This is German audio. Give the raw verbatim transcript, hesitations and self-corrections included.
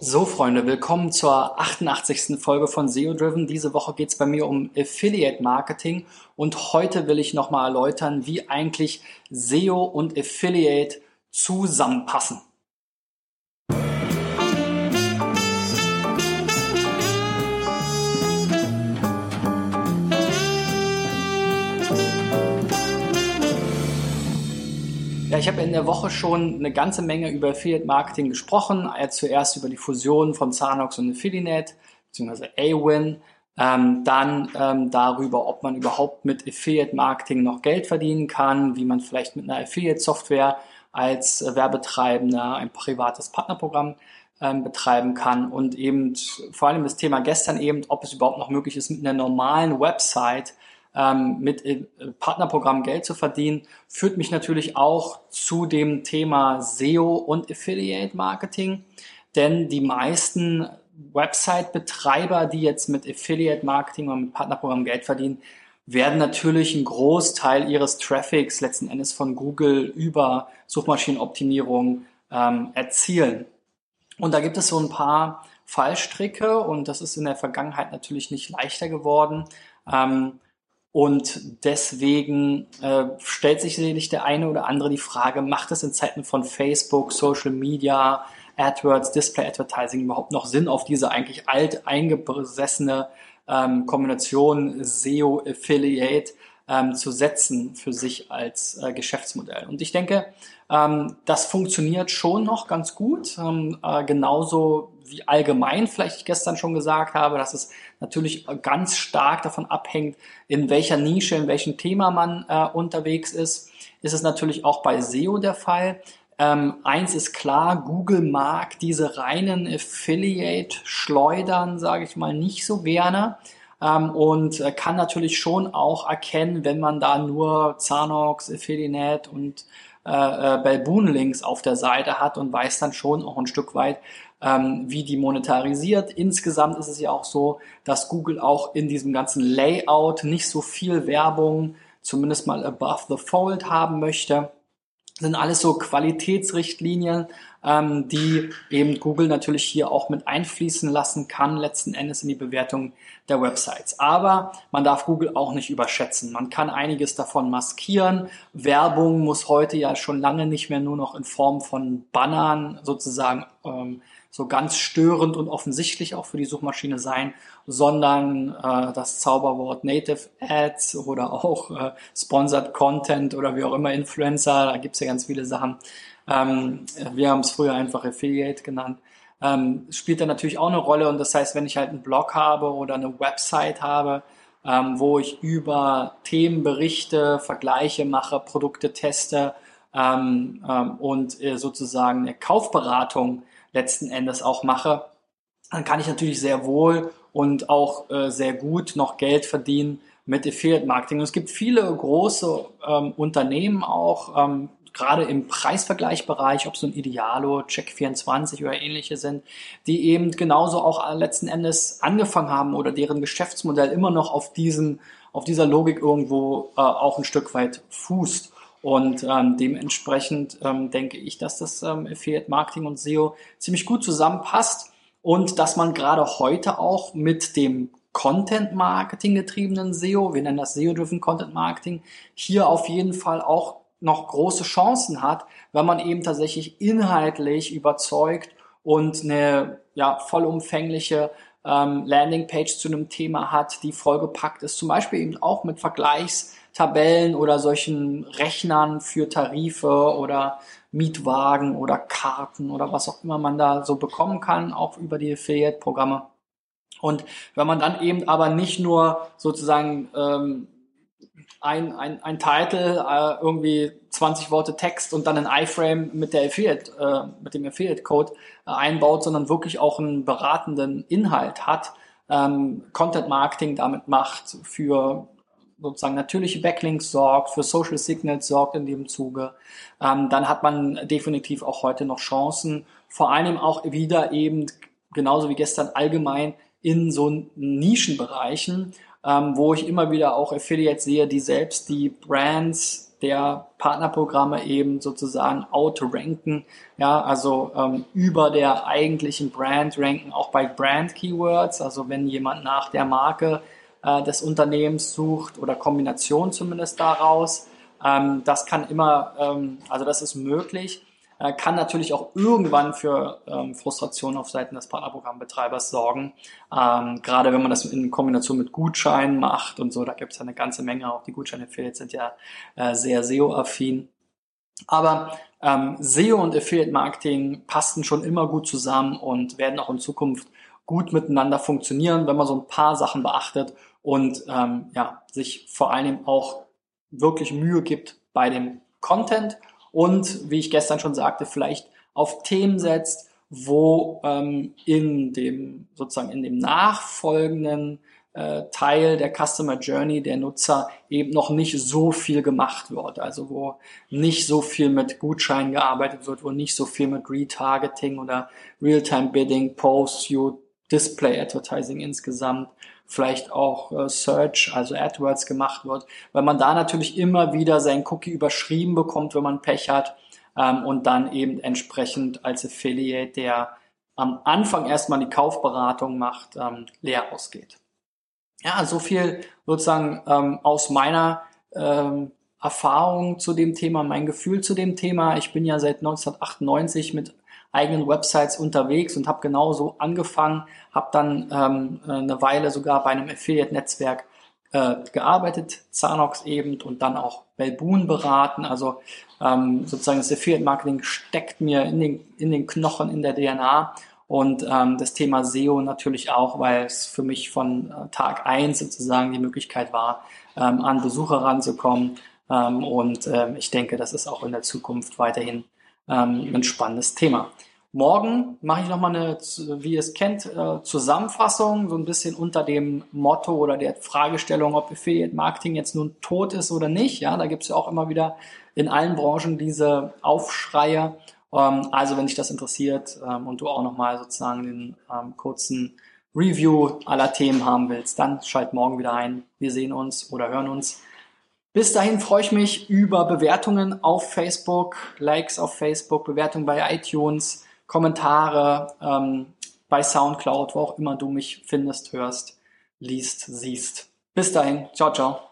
So, Freunde, willkommen zur achtundachtzigsten Folge von S E O Driven. Diese Woche geht es bei mir um Affiliate Marketing und heute will ich nochmal erläutern, wie eigentlich S E O und Affiliate zusammenpassen. Ja, ich habe in der Woche schon eine ganze Menge über Affiliate Marketing gesprochen. Zuerst über die Fusion von Zanox und Affiliate, beziehungsweise A-Win. Ähm, dann ähm, darüber, ob man überhaupt mit Affiliate Marketing noch Geld verdienen kann, wie man vielleicht mit einer Affiliate Software als äh, Werbetreibender ein privates Partnerprogramm ähm, betreiben kann und eben vor allem das Thema gestern eben, ob es überhaupt noch möglich ist, mit einer normalen Website Ähm, mit äh, Partnerprogramm Geld zu verdienen, führt mich natürlich auch zu dem Thema S E O und Affiliate Marketing, denn die meisten Website-Betreiber, die jetzt mit Affiliate Marketing oder mit Partnerprogramm Geld verdienen, werden natürlich einen Großteil ihres Traffics letzten Endes von Google über Suchmaschinenoptimierung ähm, erzielen. Und da gibt es so ein paar Fallstricke und das ist in der Vergangenheit natürlich nicht leichter geworden. Ähm, Und deswegen äh, stellt sich sicherlich der eine oder andere die Frage, macht es in Zeiten von Facebook, Social Media, AdWords, Display Advertising überhaupt noch Sinn, auf diese eigentlich alt eingebesessene ähm, Kombination S E O Affiliate ähm, zu setzen für sich als äh, Geschäftsmodell? Und ich denke, ähm, das funktioniert schon noch ganz gut, ähm, äh, genauso wie allgemein vielleicht ich gestern schon gesagt habe, dass es natürlich ganz stark davon abhängt, in welcher Nische, in welchem Thema man äh, unterwegs ist, ist es natürlich auch bei S E O der Fall. Ähm, eins ist klar, Google mag diese reinen Affiliate-Schleudern, sage ich mal, nicht so gerne ähm, und äh, kann natürlich schon auch erkennen, wenn man da nur Zanox, Affiliate und äh, äh, Belboon-Links auf der Seite hat und weiß dann schon auch ein Stück weit, ähm, wie die monetarisiert. Insgesamt ist es ja auch so, dass Google auch in diesem ganzen Layout nicht so viel Werbung, zumindest mal above the fold haben möchte. Das sind alles so Qualitätsrichtlinien, ähm, die eben Google natürlich hier auch mit einfließen lassen kann, letzten Endes in die Bewertung der Websites. Aber man darf Google auch nicht überschätzen. Man kann einiges davon maskieren. Werbung muss heute ja schon lange nicht mehr nur noch in Form von Bannern sozusagen ähm, so ganz störend und offensichtlich auch für die Suchmaschine sein, sondern äh, das Zauberwort Native Ads oder auch äh, Sponsored Content oder wie auch immer Influencer, da gibt's ja ganz viele Sachen. Ähm, wir haben es früher einfach Affiliate genannt. Ähm, spielt da natürlich auch eine Rolle und das heißt, wenn ich halt einen Blog habe oder eine Website habe, ähm, wo ich über Themen berichte, Vergleiche mache, Produkte teste ähm, ähm, und äh, sozusagen eine Kaufberatung letzten Endes auch mache, dann kann ich natürlich sehr wohl und auch äh, sehr gut noch Geld verdienen mit Affiliate Marketing. Und es gibt viele große ähm, Unternehmen auch, ähm, gerade im Preisvergleichbereich, ob so ein Idealo, Check vierundzwanzig oder ähnliche sind, die eben genauso auch letzten Endes angefangen haben oder deren Geschäftsmodell immer noch auf diesem, auf dieser Logik irgendwo äh, auch ein Stück weit fußt. Und ähm, dementsprechend ähm, denke ich, dass das ähm, Affiliate Marketing und S E O ziemlich gut zusammenpasst und dass man gerade heute auch mit dem Content Marketing getriebenen S E O, wir nennen das S E O-driven Content Marketing, hier auf jeden Fall auch noch große Chancen hat, wenn man eben tatsächlich inhaltlich überzeugt und eine ja vollumfängliche ähm, Landingpage zu einem Thema hat, die vollgepackt ist, zum Beispiel eben auch mit Vergleichstabellen oder solchen Rechnern für Tarife oder Mietwagen oder Karten oder was auch immer man da so bekommen kann, auch über die Affiliate-Programme. Und wenn man dann eben aber nicht nur sozusagen ähm, ein, ein, ein Title, äh, irgendwie zwanzig Worte Text und dann ein iFrame mit der Affiliate, äh, mit dem Affiliate-Code äh, einbaut, sondern wirklich auch einen beratenden Inhalt hat, ähm, Content-Marketing damit macht, für sozusagen natürliche Backlinks sorgt, für Social Signals sorgt in dem Zuge, ähm, dann hat man definitiv auch heute noch Chancen, vor allem auch wieder eben, genauso wie gestern allgemein, in so Nischenbereichen, ähm, wo ich immer wieder auch Affiliates sehe, die selbst die Brands der Partnerprogramme eben sozusagen outranken, ja, also ähm, über der eigentlichen Brand ranken, auch bei Brand-Keywords, also wenn jemand nach der Marke äh, des Unternehmens sucht oder Kombination zumindest daraus, ähm, das kann immer, ähm, also das ist möglich, äh, kann natürlich auch irgendwann für ähm, Frustration auf Seiten des Partnerprogrammbetreibers sorgen, ähm, gerade wenn man das in Kombination mit Gutscheinen macht und so, da gibt es ja eine ganze Menge, auch die Gutschein-Affiliates sind ja äh, sehr S E O-affin. Aber ähm, S E O und Affiliate-Marketing passten schon immer gut zusammen und werden auch in Zukunft gut miteinander funktionieren, wenn man so ein paar Sachen beachtet und ähm, ja, sich vor allem auch wirklich Mühe gibt bei dem Content und, wie ich gestern schon sagte, vielleicht auf Themen setzt, wo ähm, in dem sozusagen in dem nachfolgenden äh, Teil der Customer Journey der Nutzer eben noch nicht so viel gemacht wird, also wo nicht so viel mit Gutscheinen gearbeitet wird, wo nicht so viel mit Retargeting oder Real-Time Bidding, Post-View, Display Advertising insgesamt, vielleicht auch äh, Search, also AdWords gemacht wird, weil man da natürlich immer wieder seinen Cookie überschrieben bekommt, wenn man Pech hat, ähm, und dann eben entsprechend als Affiliate, der am Anfang erstmal die Kaufberatung macht, ähm, leer ausgeht. Ja, so viel sozusagen ähm, aus meiner ähm, Erfahrung zu dem Thema, mein Gefühl zu dem Thema. Ich bin ja seit neunzehnhundertachtundneunzig mit eigenen Websites unterwegs und habe genauso angefangen, habe dann ähm, eine Weile sogar bei einem Affiliate-Netzwerk äh, gearbeitet, Zanox eben, und dann auch Belboon beraten. Also ähm, sozusagen das Affiliate-Marketing steckt mir in den, in den Knochen, in der D N A. Und ähm, das Thema S E O natürlich auch, weil es für mich von äh, Tag eins sozusagen die Möglichkeit war, ähm, an Besucher ranzukommen. Ähm, und ähm, ich denke, das ist auch in der Zukunft weiterhin ähm, ein spannendes Thema. Morgen mache ich nochmal eine, wie ihr es kennt, äh, Zusammenfassung, so ein bisschen unter dem Motto oder der Fragestellung, ob Affiliate Marketing jetzt nun tot ist oder nicht. Ja, da gibt es ja auch immer wieder in allen Branchen diese Aufschreie. Also wenn dich das interessiert ähm, und du auch nochmal sozusagen den ähm, kurzen Review aller Themen haben willst, dann schalt morgen wieder ein. Wir sehen uns oder hören uns. Bis dahin freue ich mich über Bewertungen auf Facebook, Likes auf Facebook, Bewertungen bei iTunes, Kommentare ähm, bei Soundcloud, wo auch immer du mich findest, hörst, liest, siehst. Bis dahin. Ciao, ciao.